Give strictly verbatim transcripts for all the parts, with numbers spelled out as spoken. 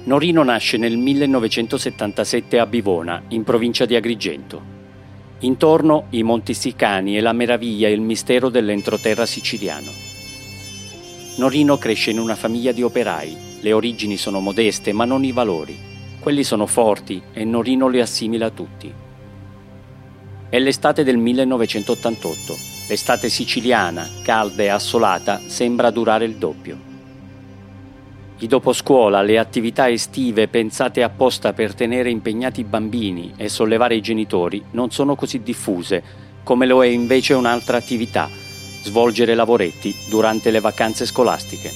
Norino nasce nel millenovecentosettantasette a Bivona, in provincia di Agrigento. Intorno i Monti Sicani e la meraviglia e il mistero dell'entroterra siciliano. Norino cresce in una famiglia di operai. Le origini sono modeste, ma non i valori. Quelli sono forti e Norino li assimila tutti. È l'estate del millenovecentottantotto. L'estate siciliana, calda e assolata, sembra durare il doppio. I doposcuola, le attività estive pensate apposta per tenere impegnati i bambini e sollevare i genitori non sono così diffuse come lo è invece un'altra attività, svolgere lavoretti durante le vacanze scolastiche.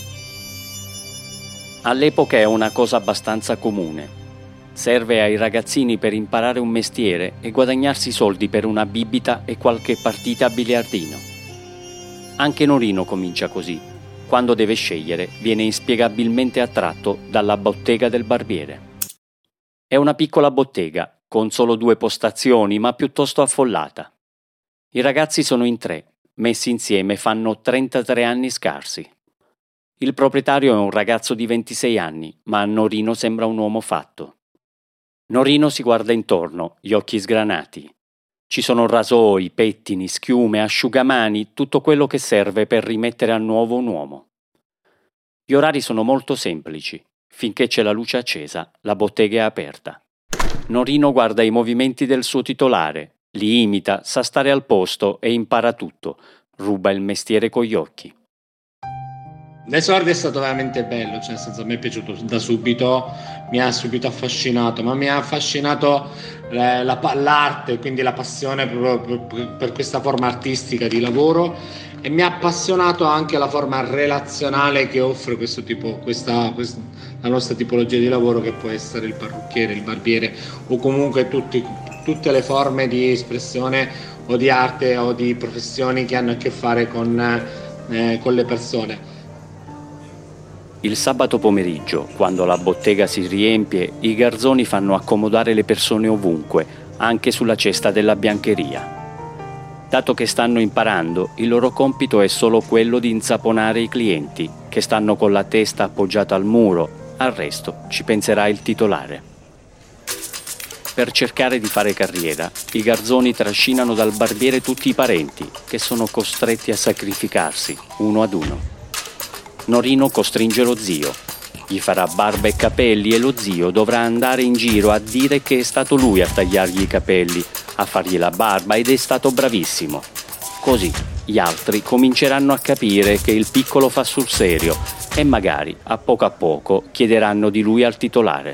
All'epoca è una cosa abbastanza comune. Serve ai ragazzini per imparare un mestiere e guadagnarsi soldi per una bibita e qualche partita a biliardino. Anche Norino comincia così. Quando deve scegliere, viene inspiegabilmente attratto dalla bottega del barbiere. È una piccola bottega, con solo due postazioni, ma piuttosto affollata. I ragazzi sono in tre, messi insieme fanno trentatré anni scarsi. Il proprietario è un ragazzo di ventisei anni, ma a Norino sembra un uomo fatto. Norino si guarda intorno, gli occhi sgranati. Ci sono rasoi, pettini, schiume, asciugamani, tutto quello che serve per rimettere a nuovo un uomo. Gli orari sono molto semplici. Finché c'è la luce accesa, la bottega è aperta. Norino guarda i movimenti del suo titolare, li imita, sa stare al posto e impara tutto. Ruba il mestiere con gli occhi. L'esordio è stato veramente bello, cioè nel senso a me è piaciuto da subito, mi ha subito affascinato, ma mi ha affascinato la, la, l'arte, quindi la passione proprio per, per questa forma artistica di lavoro, e mi ha appassionato anche la forma relazionale che offre questo tipo, questa, questa, la nostra tipologia di lavoro, che può essere il parrucchiere, il barbiere o comunque tutti, tutte le forme di espressione o di arte o di professioni che hanno a che fare con, eh, con le persone. Il sabato pomeriggio, quando la bottega si riempie, i garzoni fanno accomodare le persone ovunque, anche sulla cesta della biancheria. Dato che stanno imparando, il loro compito è solo quello di insaponare i clienti, che stanno con la testa appoggiata al muro. Al resto ci penserà il titolare. Per cercare di fare carriera, i garzoni trascinano dal barbiere tutti i parenti, che sono costretti a sacrificarsi, uno ad uno. Norino costringe lo zio, gli farà barba e capelli e lo zio dovrà andare in giro a dire che è stato lui a tagliargli i capelli, a fargli la barba, ed è stato bravissimo. Così gli altri cominceranno a capire che il piccolo fa sul serio e magari a poco a poco chiederanno di lui al titolare.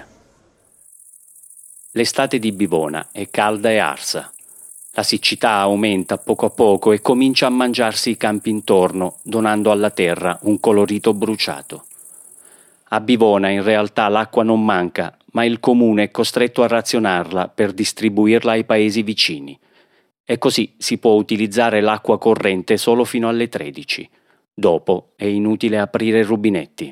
L'estate di Bivona è calda e arsa. La siccità aumenta poco a poco e comincia a mangiarsi i campi intorno, donando alla terra un colorito bruciato. A Bivona in realtà l'acqua non manca, ma il comune è costretto a razionarla per distribuirla ai paesi vicini. E così si può utilizzare l'acqua corrente solo fino alle tredici. Dopo è inutile aprire i rubinetti.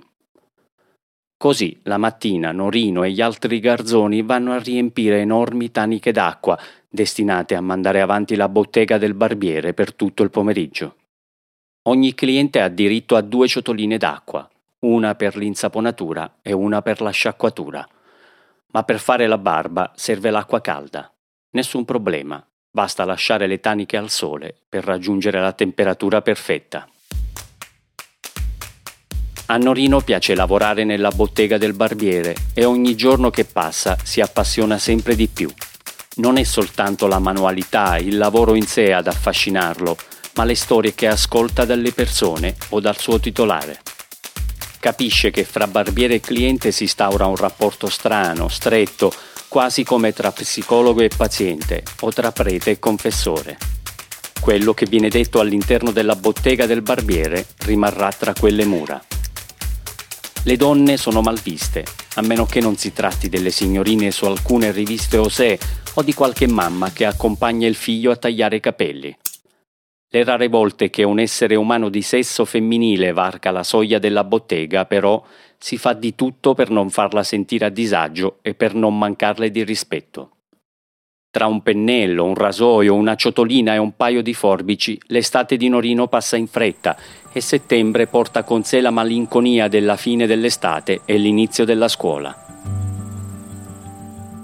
Così la mattina Norino e gli altri garzoni vanno a riempire enormi taniche d'acqua destinate a mandare avanti la bottega del barbiere per tutto il pomeriggio. Ogni cliente ha diritto a due ciotoline d'acqua, una per l'insaponatura e una per la sciacquatura. Ma per fare la barba serve l'acqua calda. Nessun problema, basta lasciare le taniche al sole per raggiungere la temperatura perfetta. A Norino piace lavorare nella bottega del barbiere e ogni giorno che passa si appassiona sempre di più. Non è soltanto la manualità, il lavoro in sé ad affascinarlo, ma le storie che ascolta dalle persone o dal suo titolare. Capisce che fra barbiere e cliente si instaura un rapporto strano, stretto, quasi come tra psicologo e paziente o tra prete e confessore. Quello che viene detto all'interno della bottega del barbiere rimarrà tra quelle mura. Le donne sono mal viste, a meno che non si tratti delle signorine su alcune riviste Osè o di qualche mamma che accompagna il figlio a tagliare i capelli. Le rare volte che un essere umano di sesso femminile varca la soglia della bottega, però, si fa di tutto per non farla sentire a disagio e per non mancarle di rispetto. Tra un pennello, un rasoio, una ciotolina e un paio di forbici, l'estate di Norino passa in fretta e settembre porta con sé la malinconia della fine dell'estate e l'inizio della scuola.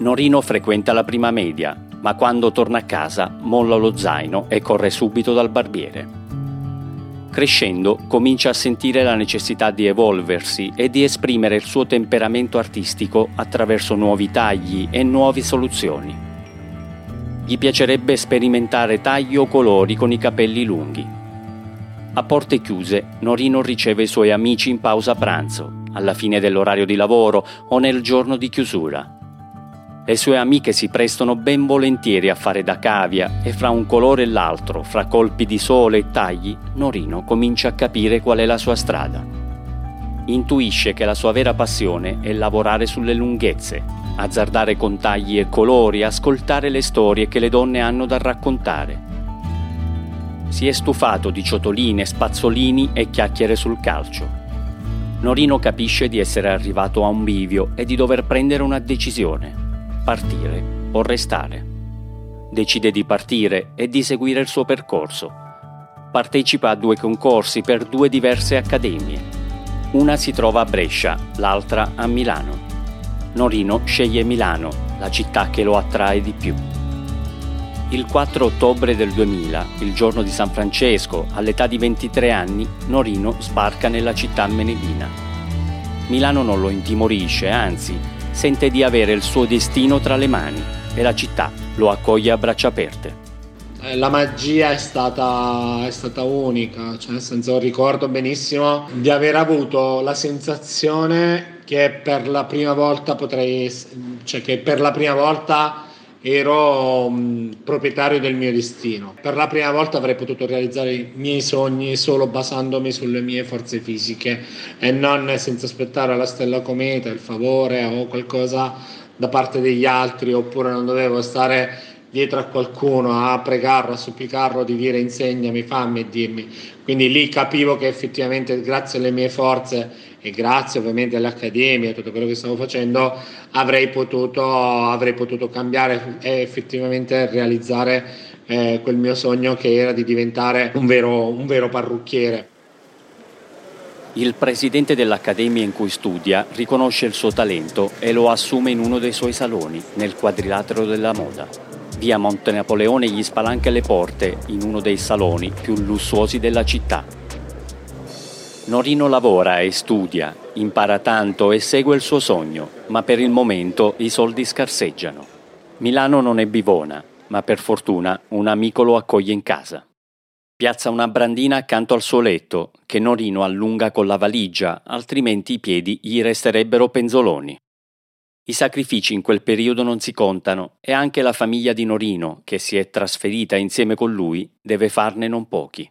Norino frequenta la prima media, ma quando torna a casa molla lo zaino e corre subito dal barbiere. Crescendo, comincia a sentire la necessità di evolversi e di esprimere il suo temperamento artistico attraverso nuovi tagli e nuove soluzioni. Gli piacerebbe sperimentare tagli o colori con i capelli lunghi. A porte chiuse, Norino riceve i suoi amici in pausa pranzo, alla fine dell'orario di lavoro o nel giorno di chiusura. Le sue amiche si prestano ben volentieri a fare da cavia e fra un colore e l'altro, fra colpi di sole e tagli, Norino comincia a capire qual è la sua strada. Intuisce che la sua vera passione è lavorare sulle lunghezze, azzardare con tagli e colori, ascoltare le storie che le donne hanno da raccontare. Si è stufato di ciotoline, spazzolini e chiacchiere sul calcio. Norino capisce di essere arrivato a un bivio e di dover prendere una decisione. Partire o restare. Decide di partire e di seguire il suo percorso. Partecipa a due concorsi per due diverse accademie. Una si trova a Brescia, l'altra a Milano. Norino sceglie Milano, la città che lo attrae di più. Il quattro ottobre del duemila, il giorno di San Francesco, all'età di ventitré anni, Norino sbarca nella città meneghina. Milano non lo intimorisce, anzi, sente di avere il suo destino tra le mani e la città lo accoglie a braccia aperte. La magia è stata, è stata unica, cioè nel senso ricordo benissimo di aver avuto la sensazione che per la prima volta potrei, cioè che per la prima volta ero um, proprietario del mio destino. Per la prima volta avrei potuto realizzare i miei sogni solo basandomi sulle mie forze fisiche e non senza aspettare la stella cometa, il favore o qualcosa da parte degli altri, oppure non dovevo stare dietro a qualcuno a pregarlo, a supplicarlo di dire insegnami, fammi e dirmi. Quindi lì capivo che effettivamente grazie alle mie forze e grazie ovviamente all'Accademia e a tutto quello che stavo facendo avrei potuto, avrei potuto cambiare e effettivamente realizzare eh, quel mio sogno che era di diventare un vero, un vero parrucchiere. Il presidente dell'Accademia in cui studia riconosce il suo talento e lo assume in uno dei suoi saloni, nel Quadrilatero della Moda. Via Monte Napoleone gli spalanca le porte in uno dei saloni più lussuosi della città. Norino lavora e studia, impara tanto e segue il suo sogno, ma per il momento i soldi scarseggiano. Milano non è bivona, ma per fortuna un amico lo accoglie in casa. Piazza una brandina accanto al suo letto, che Norino allunga con la valigia, altrimenti i piedi gli resterebbero penzoloni. I sacrifici in quel periodo non si contano e anche la famiglia di Norino, che si è trasferita insieme con lui, deve farne non pochi.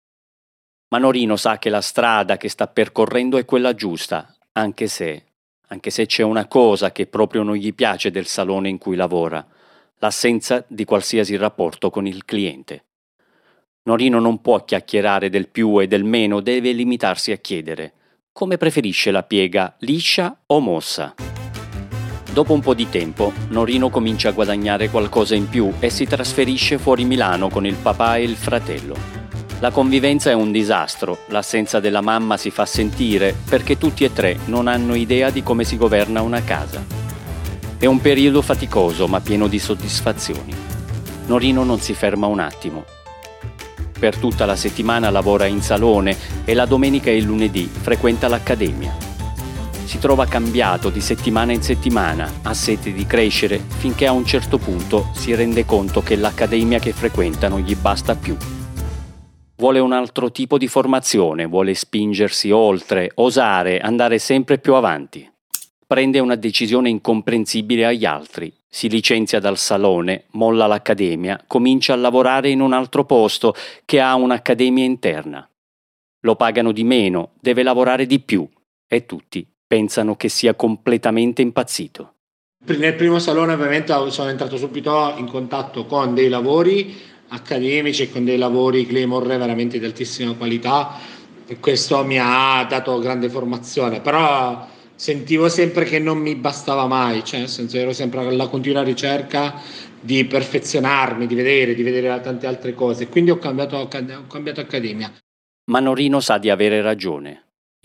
Ma Norino sa che la strada che sta percorrendo è quella giusta, anche se, anche se c'è una cosa che proprio non gli piace del salone in cui lavora, l'assenza di qualsiasi rapporto con il cliente. Norino non può chiacchierare del più e del meno, deve limitarsi a chiedere: come preferisce la piega, liscia o mossa? Dopo un po' di tempo, Norino comincia a guadagnare qualcosa in più e si trasferisce fuori Milano con il papà e il fratello. La convivenza è un disastro, l'assenza della mamma si fa sentire perché tutti e tre non hanno idea di come si governa una casa. È un periodo faticoso ma pieno di soddisfazioni. Norino non si ferma un attimo. Per tutta la settimana lavora in salone e la domenica e il lunedì frequenta l'accademia. Si trova cambiato di settimana in settimana, ha sete di crescere, finché a un certo punto si rende conto che l'accademia che frequenta non gli basta più. Vuole un altro tipo di formazione, vuole spingersi oltre, osare, andare sempre più avanti. Prende una decisione incomprensibile agli altri, si licenzia dal salone, molla l'accademia, comincia a lavorare in un altro posto che ha un'accademia interna. Lo pagano di meno, deve lavorare di più e tutti pensano che sia completamente impazzito. Nel primo salone ovviamente sono entrato subito in contatto con dei lavori accademici e con dei lavori Claymore veramente di altissima qualità e questo mi ha dato grande formazione, però sentivo sempre che non mi bastava mai, cioè nel senso ero sempre alla continua ricerca di perfezionarmi, di vedere, di vedere tante altre cose, quindi ho cambiato, ho cambiato accademia. Ma Norino sa di avere ragione.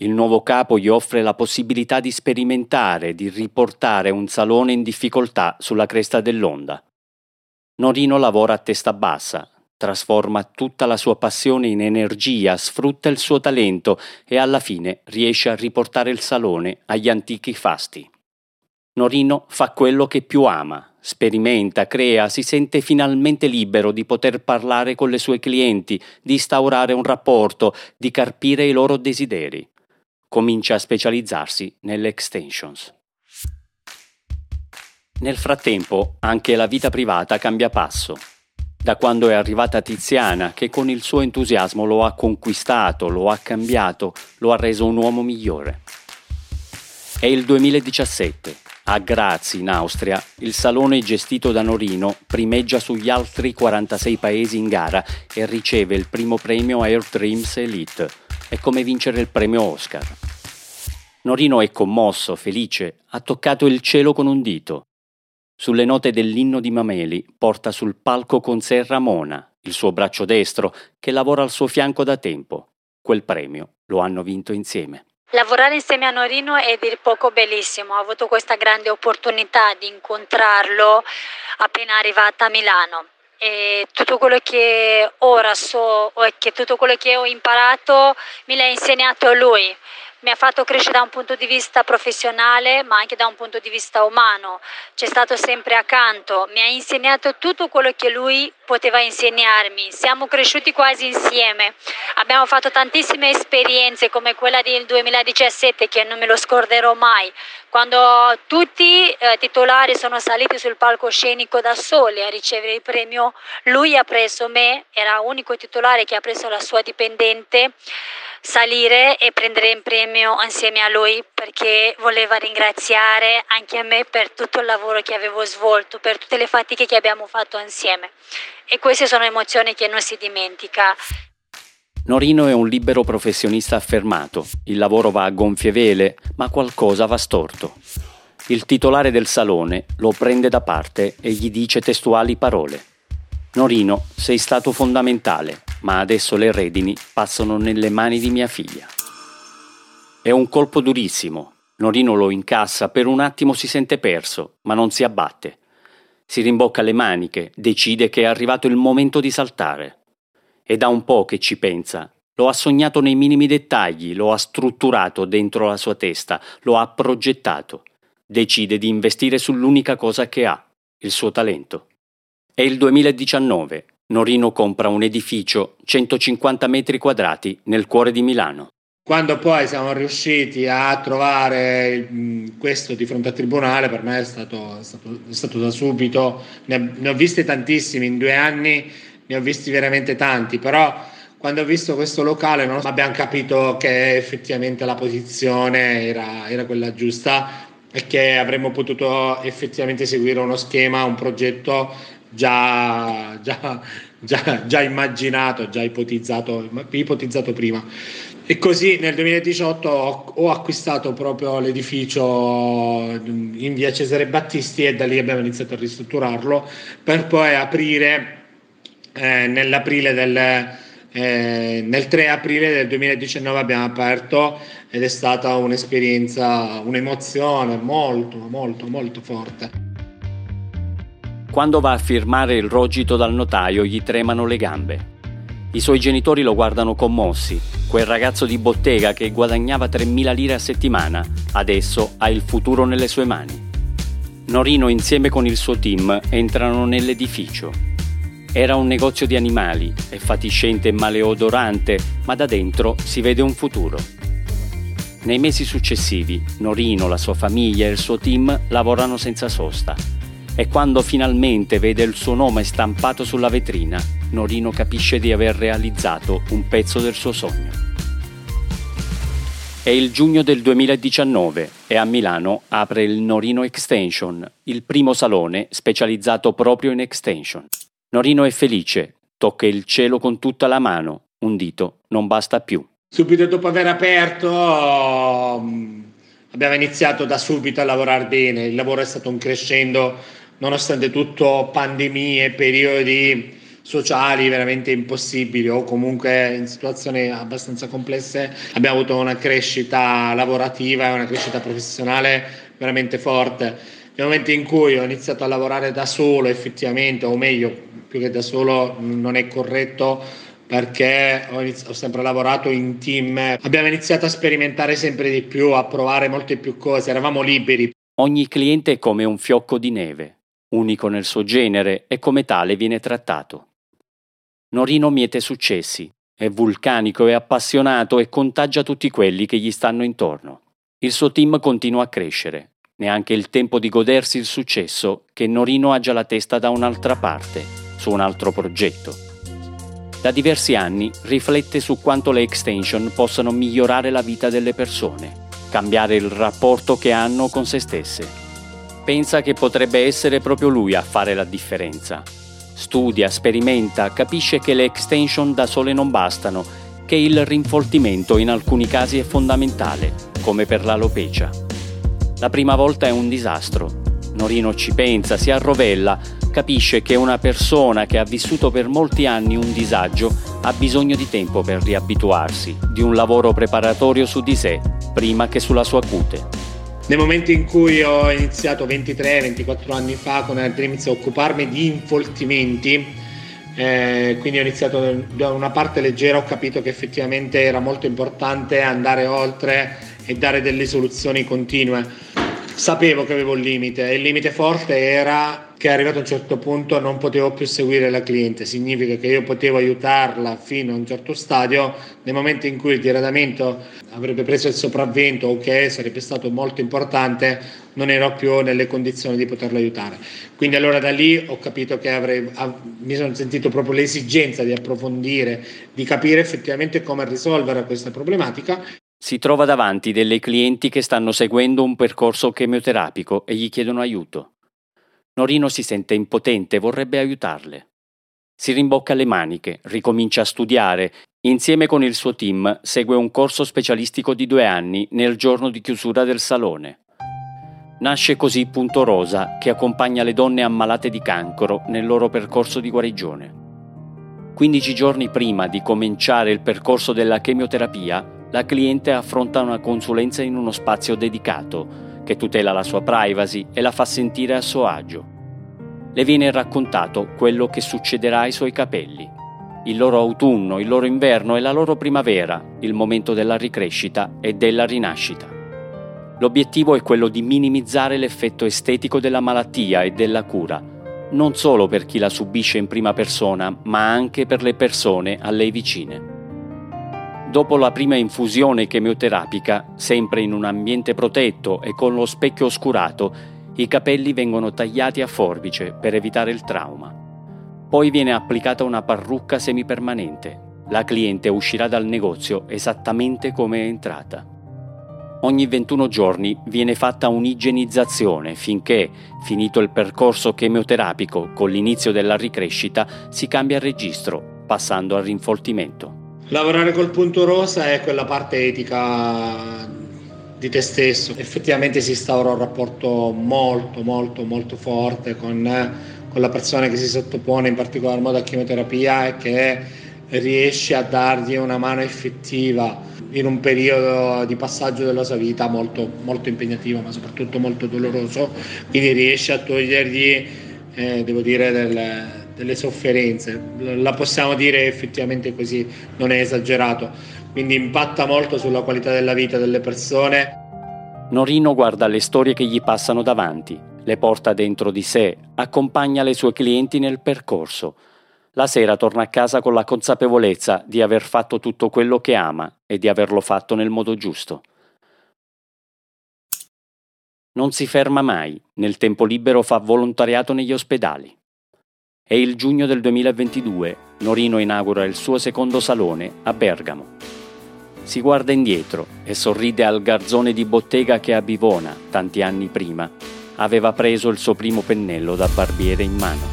Il nuovo capo gli offre la possibilità di sperimentare, di riportare un salone in difficoltà sulla cresta dell'onda. Norino lavora a testa bassa, trasforma tutta la sua passione in energia, sfrutta il suo talento e alla fine riesce a riportare il salone agli antichi fasti. Norino fa quello che più ama, sperimenta, crea, si sente finalmente libero di poter parlare con le sue clienti, di instaurare un rapporto, di carpire i loro desideri. Comincia a specializzarsi nelle extensions. Nel frattempo, anche la vita privata cambia passo. Da quando è arrivata Tiziana, che con il suo entusiasmo lo ha conquistato, lo ha cambiato, lo ha reso un uomo migliore. È il duemiladiciassette. A Graz, in Austria, il salone gestito da Norino primeggia sugli altri quarantasei paesi in gara e riceve il primo premio Air Dreams Elite. È come vincere il premio Oscar. Norino è commosso, felice, ha toccato il cielo con un dito. Sulle note dell'inno di Mameli porta sul palco con sé Ramona, il suo braccio destro, che lavora al suo fianco da tempo. Quel premio lo hanno vinto insieme. Lavorare insieme a Norino è dir poco bellissimo. Ho avuto questa grande opportunità di incontrarlo appena arrivata a Milano. E tutto quello che ora so, e che tutto quello che ho imparato me l'ha insegnato lui. Mi ha fatto crescere da un punto di vista professionale, ma anche da un punto di vista umano. C'è stato sempre accanto, mi ha insegnato tutto quello che lui poteva insegnarmi. Siamo cresciuti quasi insieme. Abbiamo fatto tantissime esperienze come quella del duemiladiciassette che non me lo scorderò mai. Quando tutti i eh, titolari sono saliti sul palcoscenico da soli a ricevere il premio, lui ha preso me, era l'unico titolare che ha preso la sua dipendente, salire e prendere il premio insieme a lui perché voleva ringraziare anche a me per tutto il lavoro che avevo svolto, per tutte le fatiche che abbiamo fatto insieme. E queste sono emozioni che non si dimentica. Norino è un libero professionista affermato, il lavoro va a gonfie vele, ma qualcosa va storto. Il titolare del salone lo prende da parte e gli dice testuali parole. Norino, sei stato fondamentale, ma adesso le redini passano nelle mani di mia figlia. È un colpo durissimo. Norino lo incassa, per un attimo si sente perso, ma non si abbatte. Si rimbocca le maniche, decide che è arrivato il momento di saltare. È da un po' che ci pensa. Lo ha sognato nei minimi dettagli, lo ha strutturato dentro la sua testa, lo ha progettato. Decide di investire sull'unica cosa che ha, il suo talento. È il duemiladiciannove. Norino compra un edificio centocinquanta metri quadrati nel cuore di Milano. Quando poi siamo riusciti a trovare mh, questo di fronte al tribunale, per me è stato, è stato, è stato da subito, ne, ne ho visti tantissimi, in due anni ne ho visti veramente tanti, però quando ho visto questo locale non abbiamo capito che effettivamente la posizione era, era quella giusta e che avremmo potuto effettivamente seguire uno schema, un progetto Già, già, già, già immaginato, già ipotizzato, ipotizzato prima. E così nel duemiladiciotto ho, ho acquistato proprio l'edificio in via Cesare Battisti e da lì abbiamo iniziato a ristrutturarlo per poi aprire eh, nell'aprile del eh, nel tre aprile del duemiladiciannove abbiamo aperto ed è stata un'esperienza, un'emozione molto molto molto forte. Quando va a firmare il rogito dal notaio gli tremano le gambe. I suoi genitori lo guardano commossi. Quel ragazzo di bottega che guadagnava tremila lire a settimana, adesso ha il futuro nelle sue mani. Norino insieme con il suo team entrano nell'edificio. Era un negozio di animali, è fatiscente e maleodorante, ma da dentro si vede un futuro. Nei mesi successivi, Norino, la sua famiglia e il suo team lavorano senza sosta. E quando finalmente vede il suo nome stampato sulla vetrina, Norino capisce di aver realizzato un pezzo del suo sogno. È il giugno del duemiladiciannove e a Milano apre il Norino Extension, il primo salone specializzato proprio in extension. Norino è felice, tocca il cielo con tutta la mano, un dito non basta più. Subito dopo aver aperto abbiamo iniziato da subito a lavorare bene, il lavoro è stato un crescendo. Nonostante tutto, pandemie, periodi sociali veramente impossibili o comunque in situazioni abbastanza complesse, abbiamo avuto una crescita lavorativa e una crescita professionale veramente forte. Nel momento in cui ho iniziato a lavorare da solo effettivamente, o meglio, più che da solo non è corretto, perché ho, inizi- ho sempre lavorato in team, abbiamo iniziato a sperimentare sempre di più, a provare molte più cose, eravamo liberi. Ogni cliente è come un fiocco di neve, unico nel suo genere e come tale viene trattato. Norino miete successi, è vulcanico e appassionato e contagia tutti quelli che gli stanno intorno. Il suo team continua a crescere, neanche il tempo di godersi il successo che Norino ha già la testa da un'altra parte, su un altro progetto. Da diversi anni riflette su quanto le extension possano migliorare la vita delle persone, cambiare il rapporto che hanno con se stesse. Pensa che potrebbe essere proprio lui a fare la differenza. Studia, sperimenta, capisce che le extension da sole non bastano, che il rinfoltimento in alcuni casi è fondamentale, come per l'alopecia. La prima volta è un disastro. Norino ci pensa, si arrovella, capisce che una persona che ha vissuto per molti anni un disagio ha bisogno di tempo per riabituarsi, di un lavoro preparatorio su di sé, prima che sulla sua cute. Nel momento in cui ho iniziato ventitré ventiquattro anni fa con Dreams a occuparmi di infoltimenti, eh, quindi ho iniziato da una parte leggera, ho capito che effettivamente era molto importante andare oltre e dare delle soluzioni continue. Sapevo che avevo un limite e il limite forte era che arrivato a un certo punto non potevo più seguire la cliente. Significa che io potevo aiutarla fino a un certo stadio, nel momento in cui il diradamento avrebbe preso il sopravvento o che sarebbe stato molto importante, non ero più nelle condizioni di poterla aiutare. Quindi allora da lì ho capito che avrei, mi sono sentito proprio l'esigenza di approfondire, di capire effettivamente come risolvere questa problematica. Si trova davanti delle clienti che stanno seguendo un percorso chemioterapico e gli chiedono aiuto. Norino si sente impotente e vorrebbe aiutarle. Si rimbocca le maniche, ricomincia a studiare, insieme con il suo team segue un corso specialistico di due anni nel giorno di chiusura del salone. Nasce così Punto Rosa, che accompagna le donne ammalate di cancro nel loro percorso di guarigione. quindici giorni prima di cominciare il percorso della chemioterapia, la cliente affronta una consulenza in uno spazio dedicato, che tutela la sua privacy e la fa sentire a suo agio. Le viene raccontato quello che succederà ai suoi capelli, il loro autunno, il loro inverno e la loro primavera, il momento della ricrescita e della rinascita. L'obiettivo è quello di minimizzare l'effetto estetico della malattia e della cura, non solo per chi la subisce in prima persona, ma anche per le persone a lei vicine. Dopo la prima infusione chemioterapica, sempre in un ambiente protetto e con lo specchio oscurato, i capelli vengono tagliati a forbice per evitare il trauma. Poi viene applicata una parrucca semipermanente. La cliente uscirà dal negozio esattamente come è entrata. Ogni ventuno giorni viene fatta un'igienizzazione finché, finito il percorso chemioterapico con l'inizio della ricrescita, si cambia registro, passando al rinfoltimento. Lavorare col Punto Rosa è quella parte etica di te stesso. Effettivamente si instaura un rapporto molto molto molto forte con, con la persona che si sottopone in particolar modo a chemioterapia e che riesce a dargli una mano effettiva in un periodo di passaggio della sua vita molto, molto impegnativo, ma soprattutto molto doloroso. Quindi riesce a togliergli, eh, devo dire, del delle sofferenze, la possiamo dire effettivamente così, non è esagerato, quindi impatta molto sulla qualità della vita delle persone. Norino guarda le storie che gli passano davanti, le porta dentro di sé, accompagna le sue clienti nel percorso. La sera torna a casa con la consapevolezza di aver fatto tutto quello che ama e di averlo fatto nel modo giusto. Non si ferma mai, nel tempo libero fa volontariato negli ospedali. È il giugno del duemilaventidue, Norino inaugura il suo secondo salone a Bergamo. Si guarda indietro e sorride al garzone di bottega che a Bivona, tanti anni prima, aveva preso il suo primo pennello da barbiere in mano.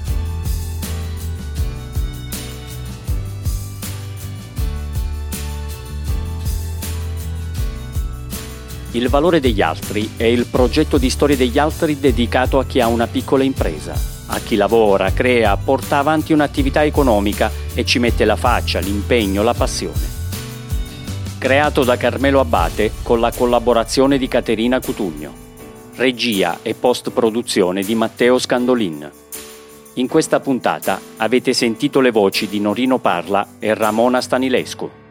Il valore degli altri è il progetto di storie degli altri dedicato a chi ha una piccola impresa, a chi lavora, crea, porta avanti un'attività economica e ci mette la faccia, l'impegno, la passione. Creato da Carmelo Abbate con la collaborazione di Caterina Cutugno. Regia e post-produzione di Matteo Scandolin. In questa puntata avete sentito le voci di Norino Parla e Ramona Stanilescu.